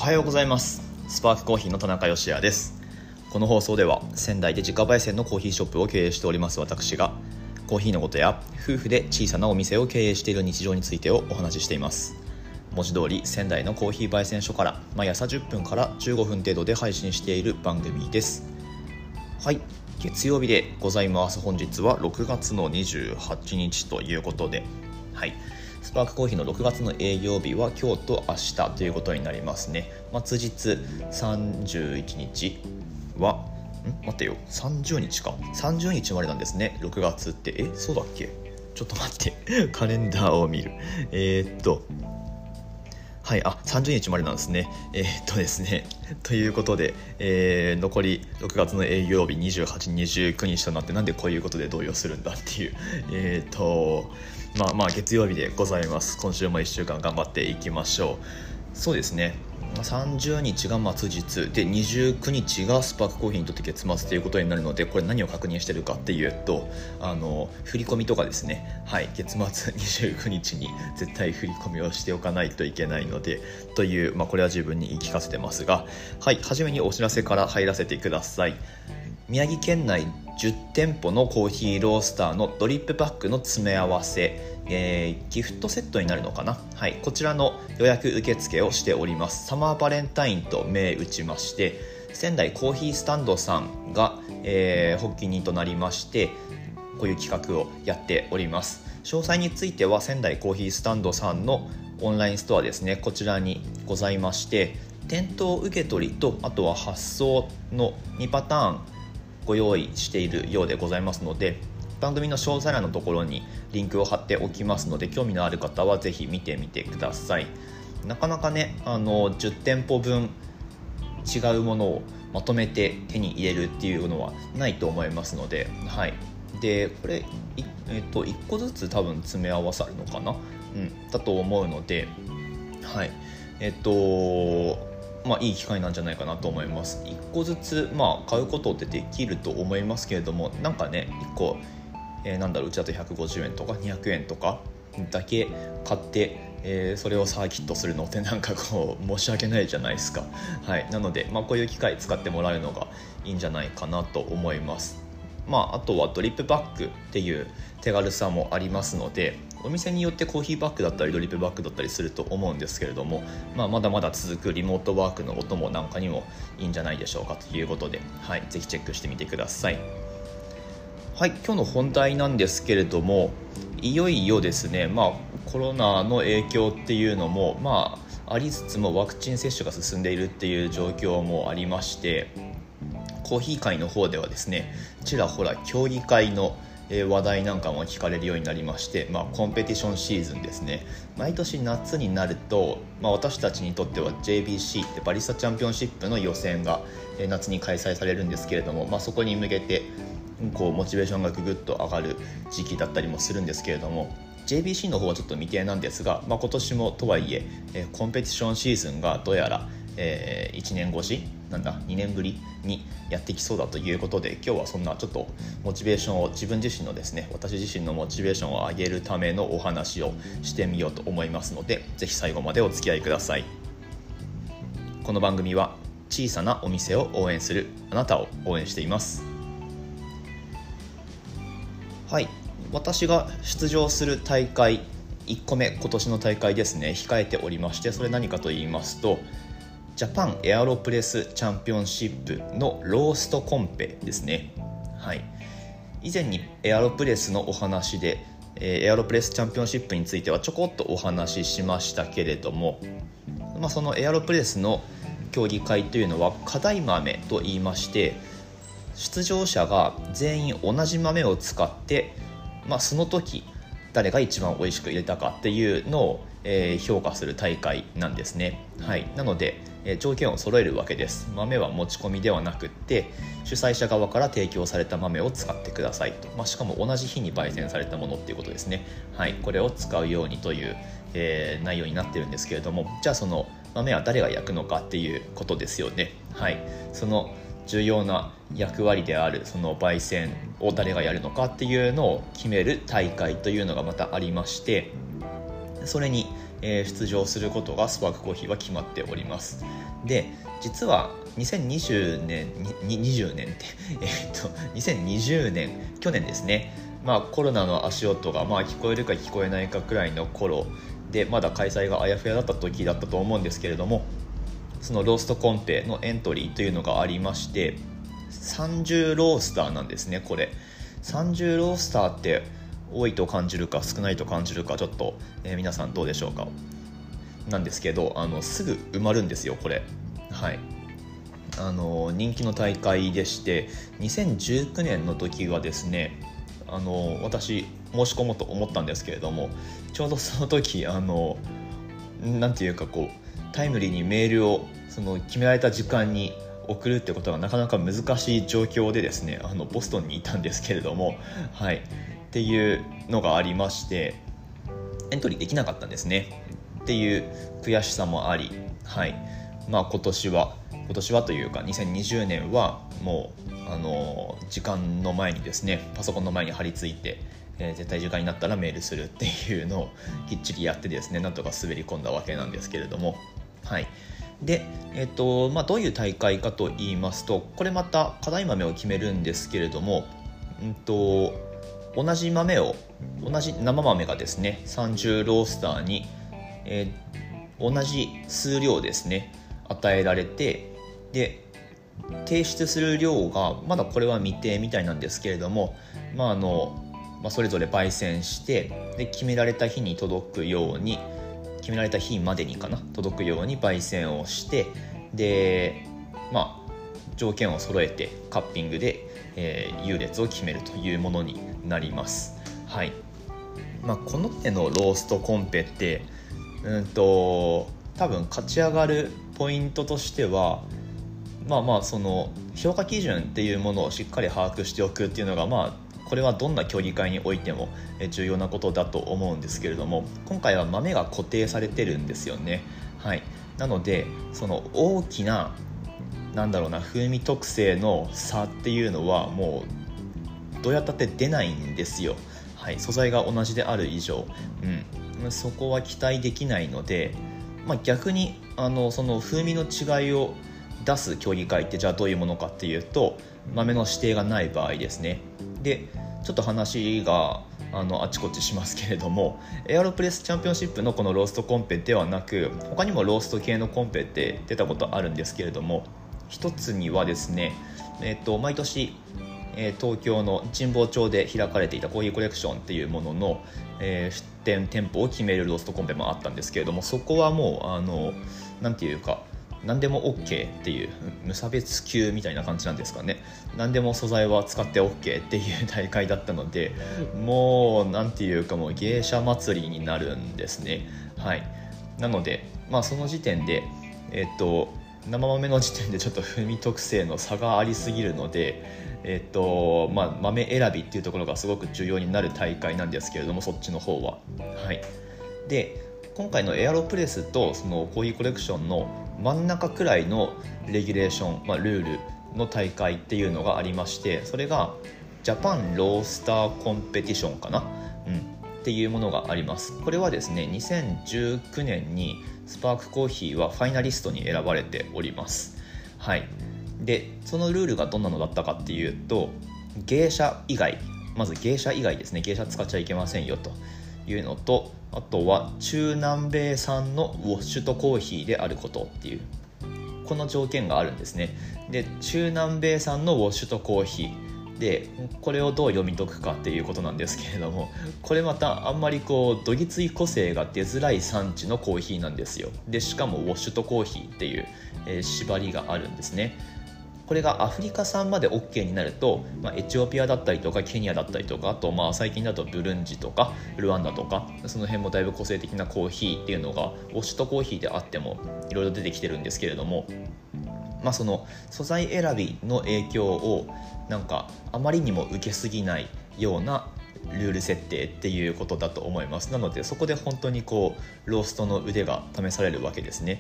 はようございます。スパークコーヒーの田中芳也です。この放送では仙台で自家焙煎のコーヒーショップを経営しております私がコーヒーのことや夫婦で小さなお店を経営している日常についてをお話ししています。文字通り仙台のコーヒー焙煎所から毎朝10分から15分程度で配信している番組です。はい、月曜日でございます。本日は6月の28日ということで、スパークコーヒーの6月の営業日は今日と明日ということになりますね。末日31日は30日か30日までなんですね。6月ってそうだっけ、ちょっと待ってカレンダーを見る。30日までなんですね。ですねということで、残り6月の営業日28、29日となって、なんでこういうことで動揺するんだっていう月曜日でございます。今週も1週間頑張っていきましょう。そうですね、30日が末日で29日がスパークコーヒーにとって月末ということになるので、これ何を確認してるかっていうと、振り込みとかですね、月末29日に絶対振り込みをしておかないといけないのでという、これは自分に言い聞かせてますが、初めにお知らせから入らせてください。宮城県内10店舗のコーヒーロースターのドリップバッグの詰め合わせ、ギフトセットになるのかな、こちらの予約受付をしております。サマーバレンタインと銘打ちまして、仙台コーヒースタンドさんが、発起人となりましてこういう企画をやっております。詳細については仙台コーヒースタンドさんのオンラインストアですね、こちらにございまして、店頭受け取りとあとは発送の2パターンご用意しているようでございますので、番組の詳細欄のところにリンクを貼っておきますので、興味のある方はぜひ見てみてください。なかなかね、10店舗分違うものをまとめて手に入れるっていうのはないと思いますので、でこれ1個ずつ多分詰め合わさるのかな、だと思うので、いい機会なんじゃないかなと思います。1個ずつ買うことってできると思いますけれども、なんかね1個うちだと150円とか200円とかだけ買って、それをサーキットするのってなんかこう申し訳ないじゃないですか。なので、こういう機会使ってもらうのがいいんじゃないかなと思います。あとはドリップバッグっていう手軽さもありますので、お店によってコーヒーバッグだったりドリップバッグだったりすると思うんですけれども、まだまだ続くリモートワークのお供なんかにもいいんじゃないでしょうかということで、ぜひチェックしてみてください。今日の本題なんですけれども、いよいよですね、コロナの影響っていうのもありつつも、ワクチン接種が進んでいるっていう状況もありまして、コーヒー界の方ではですね、ちらほら競技会の話題なんかも聞かれるようになりまして、コンペティションシーズンですね。毎年夏になると、私たちにとっては JBC ってバリスタチャンピオンシップの予選が夏に開催されるんですけれども、そこに向けてモチベーションがぐぐっと上がる時期だったりもするんですけれども、 JBC の方はちょっと未定なんですが、今年もとはいえコンペティションシーズンがどうやら1年越し2年ぶりにやってきそうだということで、今日はそんなちょっとモチベーションを自分自身のですね、私自身のモチベーションを上げるためのお話をしてみようと思いますので、ぜひ最後までお付き合いください。この番組は小さなお店を応援するあなたを応援しています。私が出場する大会1個目、今年の大会ですね、控えておりまして、それ何かと言いますと、ジャパンエアロプレスチャンピオンシップのローストコンペですね。以前にエアロプレスのお話で、エアロプレスチャンピオンシップについてはちょこっとお話ししましたけれども、そのエアロプレスの競技会というのは課題豆と言いまして、出場者が全員同じ豆を使って、その時誰が一番美味しく入れたかっていうのを、評価する大会なんですね。なので、条件を揃えるわけです。豆は持ち込みではなくって、主催者側から提供された豆を使ってくださいと、しかも同じ日に焙煎されたものっていうことですね。これを使うようにという、内容になってるんですけれども、じゃあその豆は誰が焼くのかっていうことですよね。その重要な役割であるその焙煎を誰がやるのかっていうのを決める大会というのがまたありまして、それに出場することがスパークコーヒーは決まっております。で実は2020年2020年去年ですね、コロナの足音が聞こえるか聞こえないかくらいの頃で、まだ開催があやふやだった時だったと思うんですけれども、そのローストコンペのエントリーというのがありまして、30ロースターなんですね。これ30ロースターって多いと感じるか少ないと感じるか、ちょっと、皆さんどうでしょうか。なんですけどすぐ埋まるんですよこれ。はい、人気の大会でして、2019年の時はですね、私申し込もうと思ったんですけれども、ちょうどその時なんていうかタイムリーにメールをその決められた時間に送るってことがなかなか難しい状況でですね、ボストンにいたんですけれども、はい、っていうのがありましてエントリーできなかったんですねっていう悔しさもあり、はい、今年はというか2020年はもう時間の前にですね、パソコンの前に張り付いて、絶対時間になったらメールするっていうのをきっちりやってですね、なんとか滑り込んだわけなんですけれども、はい。で、どういう大会かと言いますと、これまた課題豆を決めるんですけれども、同じ生豆がですね30ロースターに、同じ数量ですね与えられて、で提出する量がまだこれは未定みたいなんですけれども、それぞれ焙煎してで決められた日に届くように、決められた日までに届くように焙煎をして、で条件を揃えてカッピングで、優劣を決めるというものになります。はい。この手のローストコンペって多分勝ち上がるポイントとしてはその評価基準っていうものをしっかり把握しておくっていうのがこれはどんな競技会においても重要なことだと思うんですけれども、今回は豆が固定されてるんですよね。はい、なのでその大きな風味特性の差っていうのはもうどうやったって出ないんですよ。はい、素材が同じである以上、そこは期待できないので、逆にその風味の違いを出す競技会ってじゃあどういうものかっていうと、豆の指定がない場合ですね。でちょっと話があちこちしますけれども、エアロプレスチャンピオンシップのこのローストコンペではなく、他にもロースト系のコンペって出たことあるんですけれども、一つにはですね、毎年東京の神保町で開かれていたコーヒーコレクションっていうものの、出店店舗を決めるローストコンペもあったんですけれども、そこはもうなんていうか何でも OK っていう無差別級みたいな感じなんですかね。何でも素材は使って OK っていう大会だったので、もうなんていうかもう芸者祭りになるんですね。はい。なのでその時点で生豆の時点でちょっと風味特性の差がありすぎるので、豆選びっていうところがすごく重要になる大会なんですけれども、そっちの方は。はい。で今回のエアロプレスとそのコーヒーコレクションの真ん中くらいのレギュレーション、ルールの大会っていうのがありまして、それがジャパンロースターコンペティションかな、っていうものがあります。これはですね2019年にスパークコーヒーはファイナリストに選ばれております。はい。でそのルールがどんなのだったかっていうと、芸者以外ですね、芸者使っちゃいけませんよというのと、あとは中南米産のウォッシュとコーヒーであることっていうこの条件があるんですね。で中南米産のウォッシュとコーヒーで、これをどう読み解くかっていうことなんですけれども、これまたあんまりどぎつい個性が出づらい産地のコーヒーなんですよ。でしかもウォッシュとコーヒーっていう、縛りがあるんですね。これがアフリカ産まで OK になると、エチオピアだったりとかケニアだったりとか、あと最近だとブルンジとかルワンダとか、その辺もだいぶ個性的なコーヒーっていうのがウォッシュとコーヒーであってもいろいろ出てきてるんですけれども、その素材選びの影響をあまりにも受けすぎないようなルール設定っていうことだと思います。なのでそこで本当にローストの腕が試されるわけですね。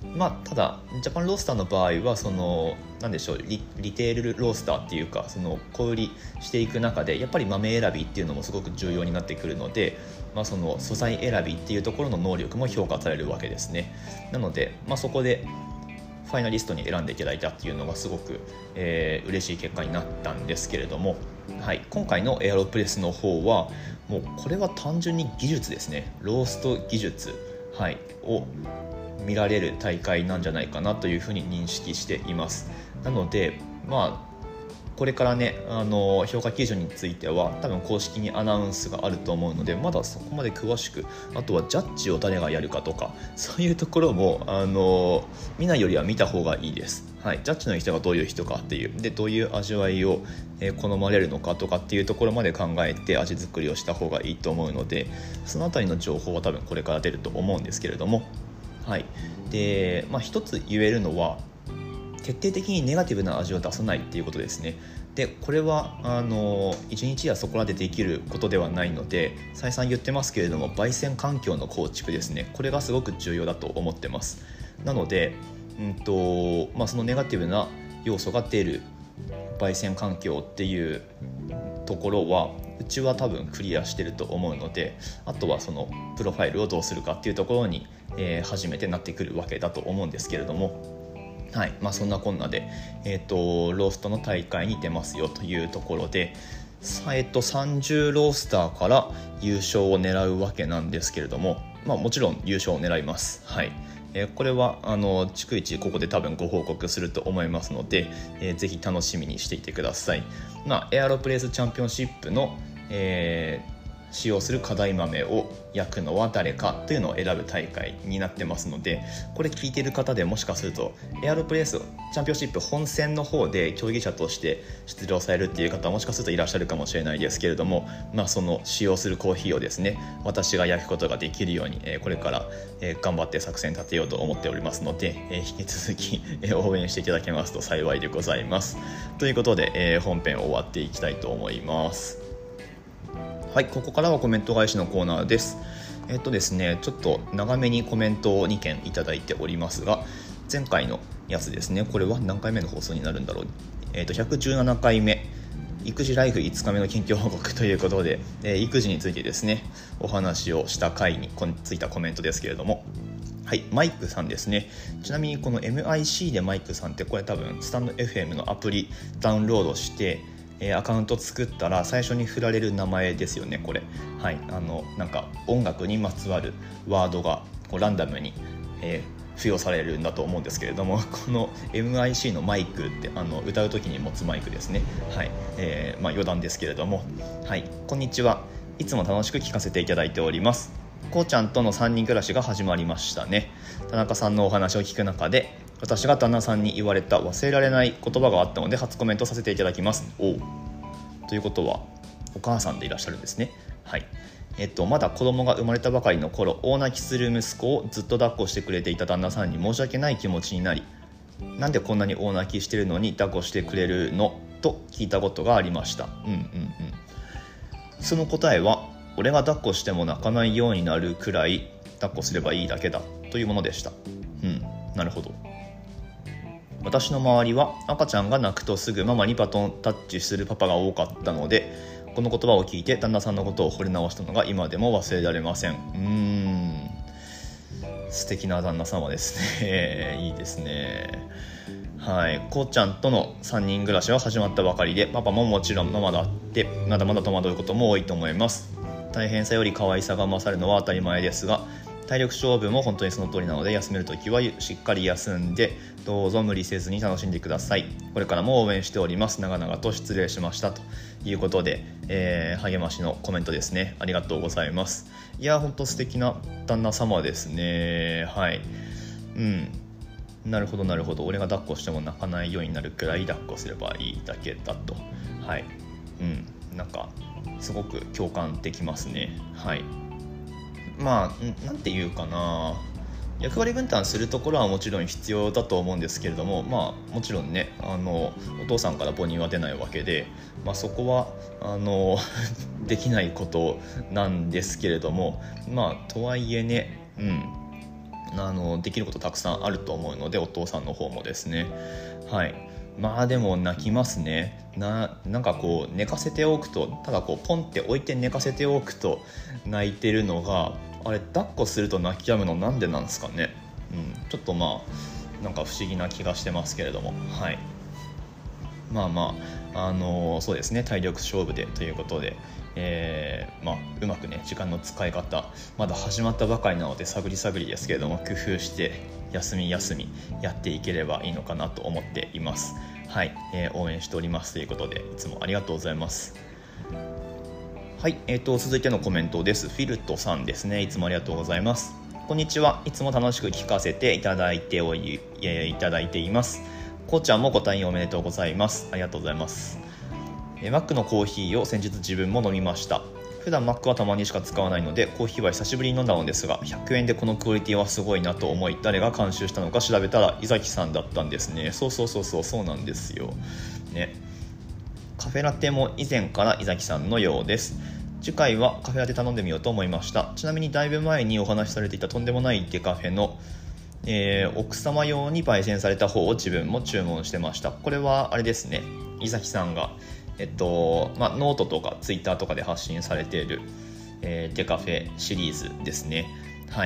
ただジャパンロースターの場合はなんでしょう、リテールロースターっていうか小売りしていく中でやっぱり豆選びっていうのもすごく重要になってくるので、その素材選びっていうところの能力も評価されるわけですね。なので、そこでファイナリストに選んでいただいたっていうのがすごく、嬉しい結果になったんですけれども、今回のエアロプレスの方はもうこれは単純に技術ですね。ロースト技術、を見られる大会なんじゃないかなというふうに認識しています。なのでこれからね評価基準については多分公式にアナウンスがあると思うので、まだそこまで詳しく、あとはジャッジを誰がやるかとかそういうところも見ないよりは見た方がいいです。ジャッジの人がどういう人かっていうで、どういう味わいを好まれるのかとかっていうところまで考えて味作りをした方がいいと思うので、そのあたりの情報は多分これから出ると思うんですけれども、で一つ言えるのは徹底的にネガティブな味を出さないっていうことですね。でこれは1日やそこらでできることではないので、再三言ってますけれども焙煎環境の構築ですね、これがすごく重要だと思ってます。なので、そのネガティブな要素が出る焙煎環境っていうところはうちは多分クリアしてると思うので、あとはそのプロファイルをどうするかっていうところに、初めてなってくるわけだと思うんですけれども、そんなこんなで、ローストの大会に出ますよというところで、30ロースターから優勝を狙うわけなんですけれども、もちろん優勝を狙います。これは逐一ここで多分ご報告すると思いますので、ぜひ楽しみにしていてください。エアロプレイスチャンピオンシップの、使用する課題豆を焼くのは誰かというのを選ぶ大会になってますので、これ聞いている方でもしかするとエアロプレイスチャンピオンシップ本戦の方で競技者として出場されるっていう方はもしかするといらっしゃるかもしれないですけれども、その使用するコーヒーをですね、私が焼くことができるようにこれから頑張って作戦立てようと思っておりますので、引き続き応援していただけますと幸いでございます。ということで本編を終わっていきたいと思います。ここからはコメント返しのコーナーです。ですね、ちょっと長めにコメントを2件いただいておりますが、前回のやつですね、これは何回目の放送になるんだろう、117回目育児ライフ5日目の近況報告ということで、育児についてですねお話をした回についたコメントですけれども、マイクさんですね。ちなみにこの MIC でマイクさんって、これ多分スタンド FM のアプリダウンロードしてアカウント作ったら最初に振られる名前ですよね、これ。なんか音楽にまつわるワードがランダムに、付与されるんだと思うんですけれども、この MIC のマイクって歌う時に持つマイクですね。余談ですけれども、こんにちは。いつも楽しく聞かせていただいております。こうちゃんとの3人暮らしが始まりましたね。田中さんのお話を聞く中で、私が旦那さんに言われた忘れられない言葉があったので初コメントさせていただきます。ということはお母さんでいらっしゃるんですね。まだ子供が生まれたばかりの頃、大泣きする息子をずっと抱っこしてくれていた旦那さんに申し訳ない気持ちになり、なんでこんなに大泣きしてるのに抱っこしてくれるのと聞いたことがありました。その答えは、俺が抱っこしても泣かないようになるくらい抱っこすればいいだけだというものでした。なるほど。私の周りは赤ちゃんが泣くとすぐママにバトンタッチするパパが多かったので、この言葉を聞いて旦那さんのことを惚れ直したのが今でも忘れられません。素敵な旦那様ですね。いいですね。こうちゃんとの3人暮らしは始まったばかりで、パパももちろんママだってまだまだ戸惑うことも多いと思います。大変さより可愛さが勝るのは当たり前ですが、体力勝負も本当にその通りなので、休めるときはしっかり休んでどうぞ無理せずに楽しんでください。これからも応援しております。長々と失礼しましたということで、励ましのコメントですね。ありがとうございます。いや本当素敵な旦那様ですね。なるほどなるほど。俺が抱っこしても泣かないようになるくらい抱っこすればいいだけだと。なんかすごく共感できますね。なんていうかな、役割分担するところはもちろん必要だと思うんですけれども、もちろんねお父さんから母乳は出ないわけで、そこはできないことなんですけれども、とはいえね、 できることたくさんあると思うので、お父さんの方もですね。はい、まあでも泣きますね。なんかこう寝かせておくと、ただこうポンって置いて寝かせておくと泣いてるのが、あれ抱っこすると泣き止むのなんでなんですかね。ちょっとまあなんか不思議な気がしてますけれども、はい、まあそうですね、体力勝負でということで、うまくね時間の使い方、まだ始まったばかりなので探り探りですけれども、工夫して休み休みやっていければいいのかなと思っています。はい、応援しておりますということで、いつもありがとうございます。はい、続いてのコメントです。フィルトさんですね、いつもありがとうございます。こんにちは、いつも楽しく聞かせていただいています。こうちゃんもご退院おめでとうございます。ありがとうございます。マックのコーヒーを先日自分も飲みました。普段マックはたまにしか使わないので、コーヒーは久しぶりに飲んだのですが、100円でこのクオリティはすごいなと思い、誰が監修したのか調べたら伊崎さんだったんですね。そうなんですよね。カフェラテも以前から伊崎さんのようです。次回はカフェラテ頼んでみようと思いました。ちなみにだいぶ前にお話しされていたとんでもないデカフェの奥様用に焙煎された方を自分も注文してました。これはあれですね、伊崎さんがノートとかツイッターとかで発信されている、デカフェシリーズですね。はい、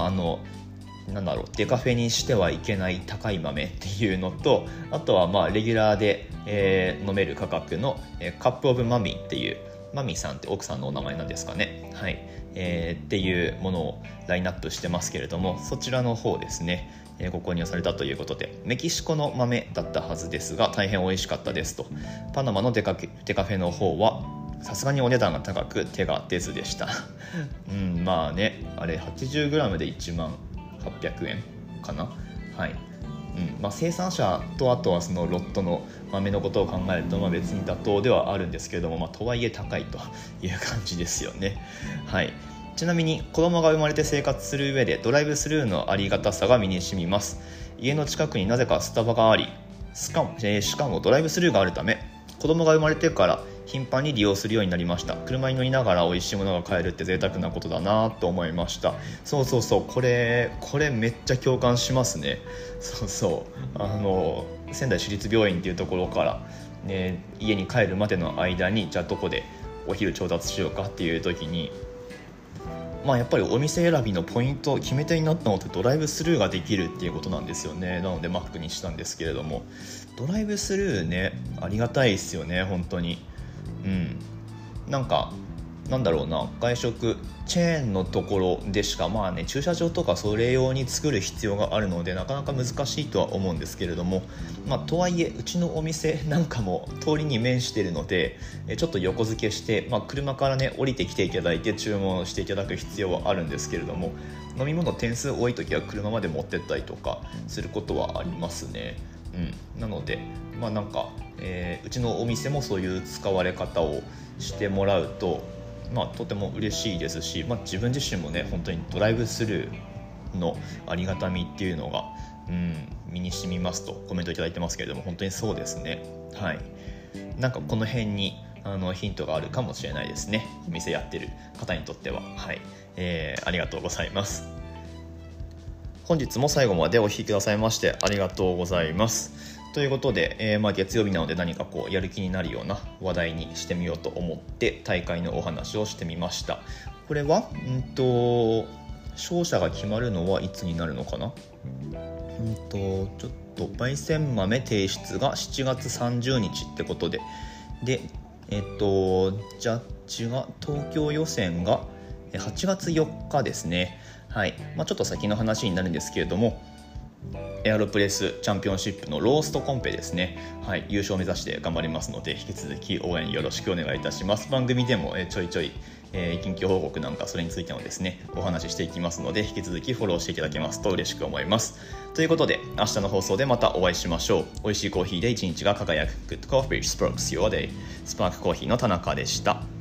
デカフェにしてはいけない高い豆っていうのと、あとはレギュラーで、飲める価格の、カップオブマミーっていう、マミさんって奥さんのお名前なんですかね。はい、っていうものをラインナップしてますけれども、そちらの方ですね、ご購入されたということで、メキシコの豆だったはずですが大変美味しかったですと。パナマのデカフェの方はさすがにお値段が高く手が出ずでしたまあね、あれ 80g で18,800円かな。はい、生産者と、あとはそのロットの豆のことを考えると、別に妥当ではあるんですけれども、とはいえ高いという感じですよね。はい、ちなみに子供が生まれて生活する上でドライブスルーのありがたさが身に染みます。家の近くになぜかスタバがあり、しかもドライブスルーがあるため、子供が生まれてから頻繁に利用するようになりました。車に乗りながら美味しいものが買えるって贅沢なことだなと思いました。これめっちゃ共感しますね。仙台市立病院っていうところから、家に帰るまでの間に、じゃあどこでお昼調達しようかっていう時に、やっぱりお店選びのポイント決め手になったのってドライブスルーができるっていうことなんですよね。なのでマックにしたんですけれども、ドライブスルーね、ありがたいですよね本当に。外食チェーンのところでしか駐車場とかそれ用に作る必要があるので、なかなか難しいとは思うんですけれども、とはいえうちのお店なんかも通りに面しているので、ちょっと横付けして、車からね降りてきていただいて注文していただく必要はあるんですけれども、飲み物点数多い時は車まで持ってったりとかすることはありますね。なのでうちのお店もそういう使われ方をしてもらうと、とても嬉しいですし、自分自身もね本当にドライブスルーのありがたみっていうのが、身に染みますとコメントいただいてますけれども、本当にそうですね。はい、この辺にヒントがあるかもしれないですね、お店やってる方にとっては。はい、ありがとうございます。本日も最後までお聞きくださいましてありがとうございます。ということで、月曜日なので何かやる気になるような話題にしてみようと思って大会のお話をしてみました。これは勝者が決まるのはいつになるのかな。ちょっと焙煎豆提出が7月30日ってことで、ジャッジが東京予選が8月4日ですね。はい、ちょっと先の話になるんですけれども、エアロプレスチャンピオンシップのローストコンペですね。はい、優勝を目指して頑張りますので、引き続き応援よろしくお願いいたします。番組でもちょいちょい近況報告なんかそれについてもですねお話ししていきますので、引き続きフォローしていただけますと嬉しく思います。ということで明日の放送でまたお会いしましょう。美味しいコーヒーで一日が輝く Good Coffee Sparks Your Day。 スパークコーヒーの田中でした。